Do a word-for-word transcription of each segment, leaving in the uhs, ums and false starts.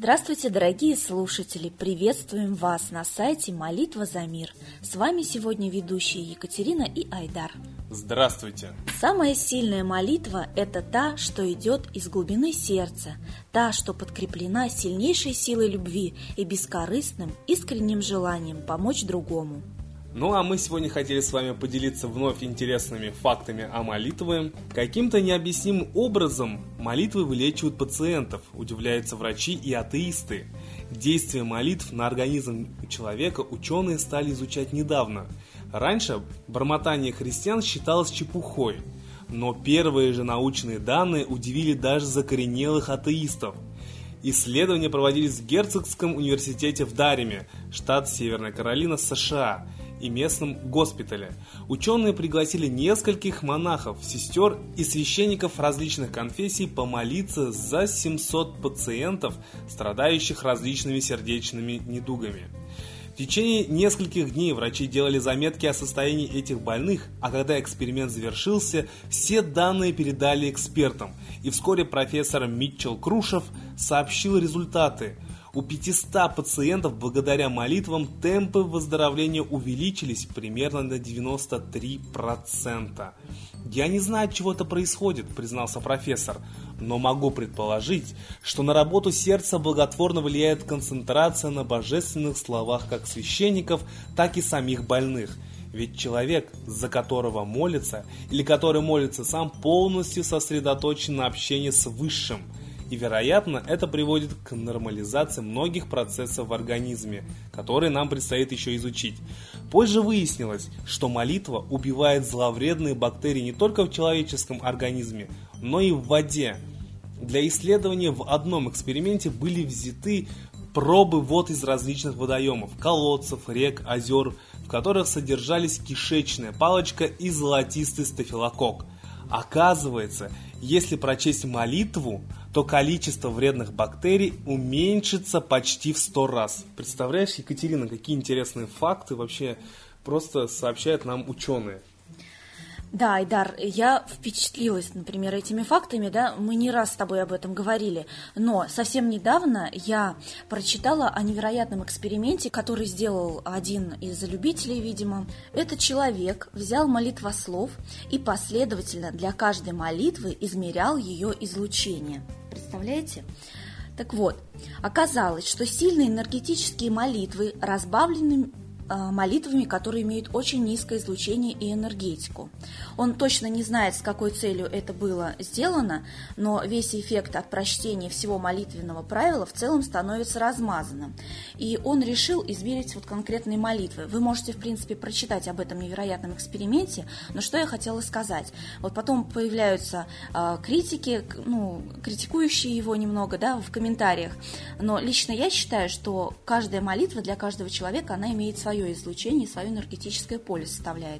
Здравствуйте, дорогие слушатели! Приветствуем вас на сайте «Молитва за мир». С вами сегодня ведущие Екатерина и Айдар. Здравствуйте! Самая сильная молитва – это та, что идет из глубины сердца, та, что подкреплена сильнейшей силой любви и бескорыстным, искренним желанием помочь другому. Ну а мы сегодня хотели с вами поделиться вновь интересными фактами о молитве. Каким-то необъяснимым образом молитвы вылечивают пациентов, удивляются врачи и атеисты. Действие молитв на организм человека ученые стали изучать недавно. Раньше бормотание христиан считалось чепухой, но первые же научные данные удивили даже закоренелых атеистов. Исследования проводились в Герцогском университете в Дареме, штат Северная Каролина, США, и местном госпитале. Ученые пригласили нескольких монахов, сестер и священников различных конфессий помолиться за семьсот пациентов, страдающих различными сердечными недугами. В течение нескольких дней врачи делали заметки о состоянии этих больных, а когда эксперимент завершился, все данные передали экспертам, и вскоре профессор Митчелл Крушев сообщил результаты. У пятисот пациентов благодаря молитвам темпы выздоровления увеличились примерно на девяносто три процента. «Я не знаю, от чего это происходит», — признался профессор, «но могу предположить, что на работу сердца благотворно влияет концентрация на божественных словах как священников, так и самих больных. Ведь человек, за которого молится, или который молится сам, полностью сосредоточен на общении с Высшим. И, вероятно, это приводит к нормализации многих процессов в организме, которые нам предстоит еще изучить. Позже выяснилось, что молитва убивает зловредные бактерии не только в человеческом организме, но и в воде. Для исследования в одном эксперименте были взяты пробы вод из различных водоемов, колодцев, рек, озер, в которых содержались кишечная палочка и золотистый стафилококк. Оказывается, если прочесть молитву, то количество вредных бактерий уменьшится почти в сто раз. Представляешь, Екатерина, какие интересные факты вообще просто сообщают нам ученые. Да, Айдар, я впечатлилась, например, этими фактами, да, мы не раз с тобой об этом говорили, но совсем недавно я прочитала о невероятном эксперименте, который сделал один из любителей, видимо. Этот человек взял молитвослов и последовательно для каждой молитвы измерял ее излучение. Представляете? Так вот, оказалось, что сильные энергетические молитвы разбавлены молитвами, которые имеют очень низкое излучение и энергетику. Он точно не знает, с какой целью это было сделано, но весь эффект от прочтения всего молитвенного правила в целом становится размазанным. И он решил измерить вот конкретные молитвы. Вы можете, в принципе, прочитать об этом невероятном эксперименте, но что я хотела сказать. Вот потом появляются э, критики, ну, критикующие его немного, да, в комментариях, но лично я считаю, что каждая молитва для каждого человека, она имеет свою свое излучение, свое энергетическое поле составляет.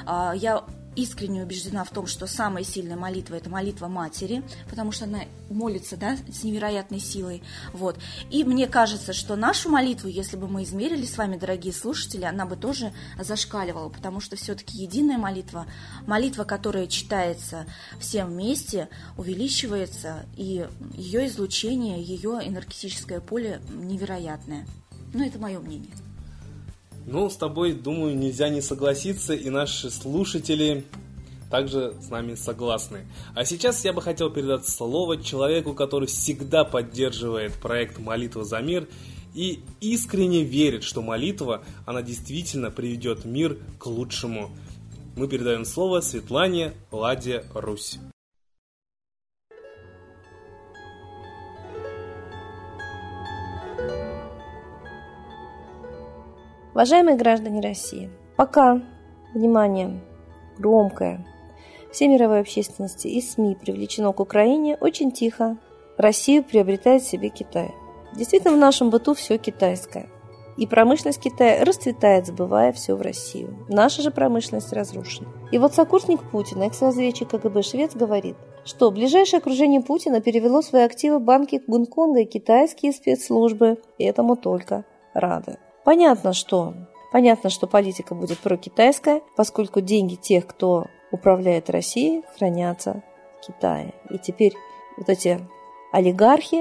Я искренне убеждена в том, что самая сильная молитва – это молитва Матери, потому что она молится, да, с невероятной силой. Вот. И мне кажется, что нашу молитву, если бы мы измерили с вами, дорогие слушатели, она бы тоже зашкаливала, потому что все-таки единая молитва, молитва, которая читается всем вместе, увеличивается, и ее излучение, ее энергетическое поле невероятное. Ну, это мое мнение. Ну, с тобой, думаю, нельзя не согласиться, и наши слушатели также с нами согласны. А сейчас я бы хотел передать слово человеку, который всегда поддерживает проект «Молитва за мир» и искренне верит, что молитва, она действительно приведет мир к лучшему. Мы передаем слово Светлане Ладе Русь. Уважаемые граждане России, пока, внимание, громкое, всей мировой общественности и СМИ привлечено к Украине, очень тихо Россию приобретает себе Китай. Действительно, в нашем быту все китайское. И промышленность Китая расцветает, забывая все в Россию. Наша же промышленность разрушена. И вот сокурсник Путина, экс-разведчик КГБ Швец, говорит, что ближайшее окружение Путина перевело свои активы в банки Гонконга и китайские спецслужбы, и этому только рады. Понятно, что, понятно, что политика будет прокитайская, поскольку деньги тех, кто управляет Россией, хранятся в Китае. И теперь вот эти олигархи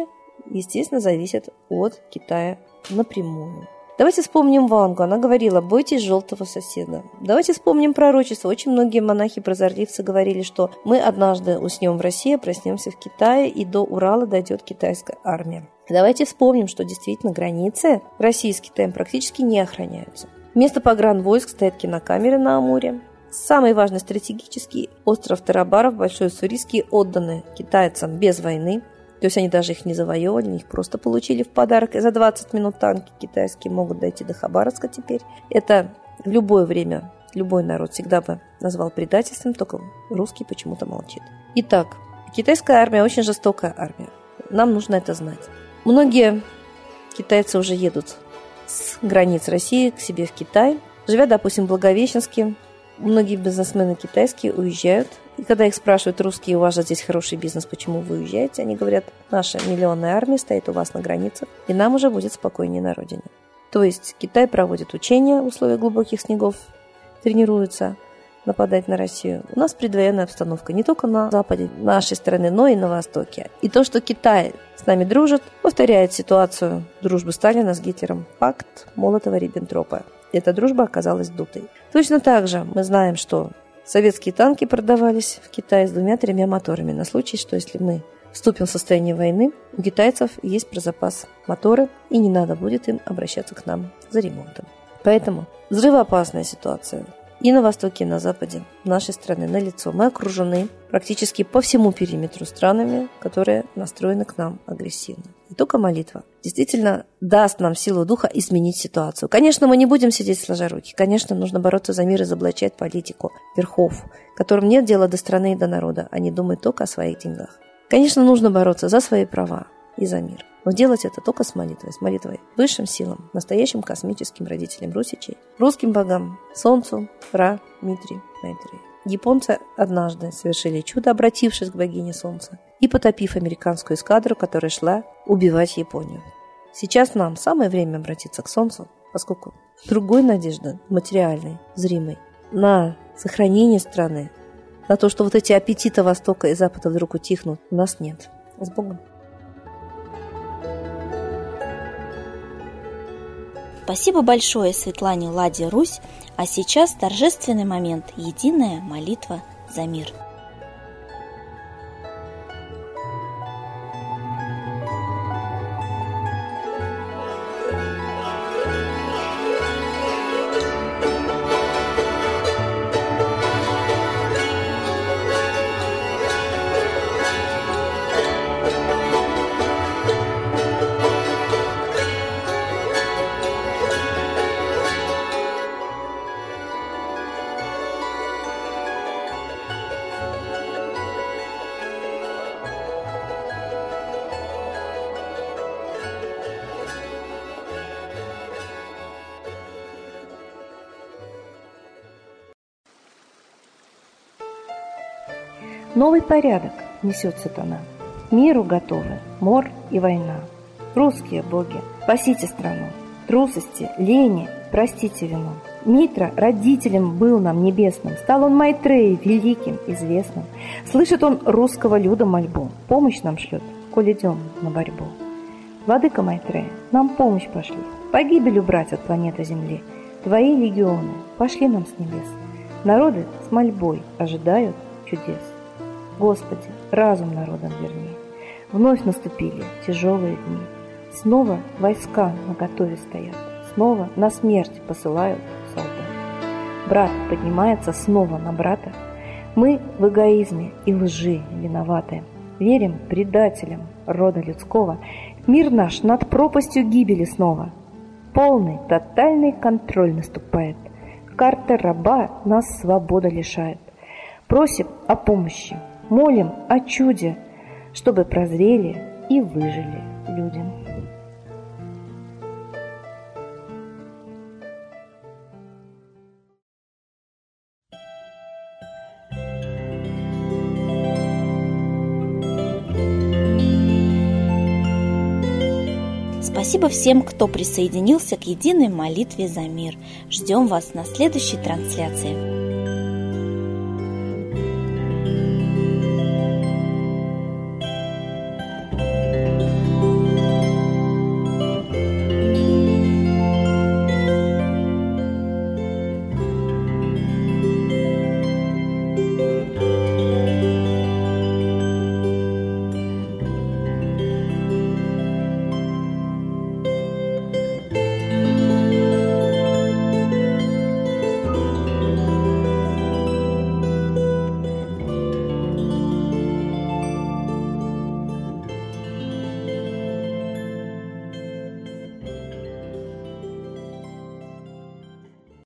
естественно, зависят от Китая напрямую. Давайте вспомним Вангу. Она говорила: бойтесь желтого соседа. Давайте вспомним пророчество. Очень многие монахи-прозорливцы говорили, что мы однажды уснем в России, проснемся в Китае, и до Урала дойдет китайская армия. Давайте вспомним, что действительно границы России с Китаем практически не охраняются. Вместо погранвойск стоят кинокамеры на Амуре. Самый важный стратегический остров Тарабаров, Большой Уссурийский, отданы китайцам без войны. То есть они даже их не завоевали, они их просто получили в подарок. И за двадцать минут танки китайские могут дойти до Хабаровска теперь. Это в любое время любой народ всегда бы назвал предательством, только русский почему-то молчит. Итак, китайская армия очень жестокая армия. Нам нужно это знать. Многие китайцы уже едут с границ России к себе в Китай. Живя, допустим, в Благовещенске, многие бизнесмены китайские уезжают. И когда их спрашивают: русские, у вас же здесь хороший бизнес, почему вы уезжаете? Они говорят: наша миллионная армия стоит у вас на границах, и нам уже будет спокойнее на родине. То есть Китай проводит учения в условиях глубоких снегов, тренируется нападать на Россию. У нас предвоенная обстановка не только на западе нашей страны, но и на востоке. И то, что Китай с нами дружит, повторяет ситуацию дружбы Сталина с Гитлером. Пакт Молотова-Риббентропа. Эта дружба оказалась дутой. Точно так же мы знаем, что советские танки продавались в Китае с двумя-тремя моторами на случай, что если мы вступим в состояние войны, у китайцев есть про запас моторы, и не надо будет им обращаться к нам за ремонтом. Поэтому взрывоопасная ситуация и на востоке, и на западе нашей страны налицо. Мы окружены практически по всему периметру странами, которые настроены к нам агрессивно. И только молитва действительно даст нам силу духа изменить ситуацию. Конечно, мы не будем сидеть сложа руки. Конечно, нужно бороться за мир и разоблачать политику верхов, которым нет дела до страны и до народа. Они думают только о своих деньгах. Конечно, нужно бороться за свои права и за мир. Но делать это только с молитвой, с молитвой высшим силам, настоящим космическим родителям русичей, русским богам, Солнцу, Ра, Митри, Майтрея. Японцы однажды совершили чудо, обратившись к богине Солнца и потопив американскую эскадру, которая шла убивать Японию. Сейчас нам самое время обратиться к Солнцу, поскольку другой надежды, материальной, зримой, на сохранение страны, на то, что вот эти аппетиты Востока и Запада вдруг утихнут, у нас нет. С Богом! Спасибо большое Светлане Ладе Русь, а сейчас торжественный момент – единая молитва за мир. Новый порядок несет сатана. Миру готовы мор и война. Русские боги, спасите страну. Трусости, лени, простите вину. Митра родителем был нам небесным, стал он Майтреей великим, известным. Слышит он русского люда мольбу, помощь нам шлет, коль идем на борьбу. Владыка Майтрея, нам помощь пошли, погибель убрать от планеты Земли. Твои легионы пошли нам с небес. Народы с мольбой ожидают чудес. Господи, разум народам верни. Вновь наступили тяжелые дни. Снова войска наготове стоят. Снова на смерть посылают солдат. Брат поднимается снова на брата. Мы в эгоизме и лжи виноваты. Верим предателям рода людского. Мир наш над пропастью гибели снова. Полный, тотальный контроль наступает. Карта раба нас свобода лишает. Просим о помощи. Молим о чуде, чтобы прозрели и выжили люди. Спасибо всем, кто присоединился к единой молитве за мир. Ждем вас на следующей трансляции.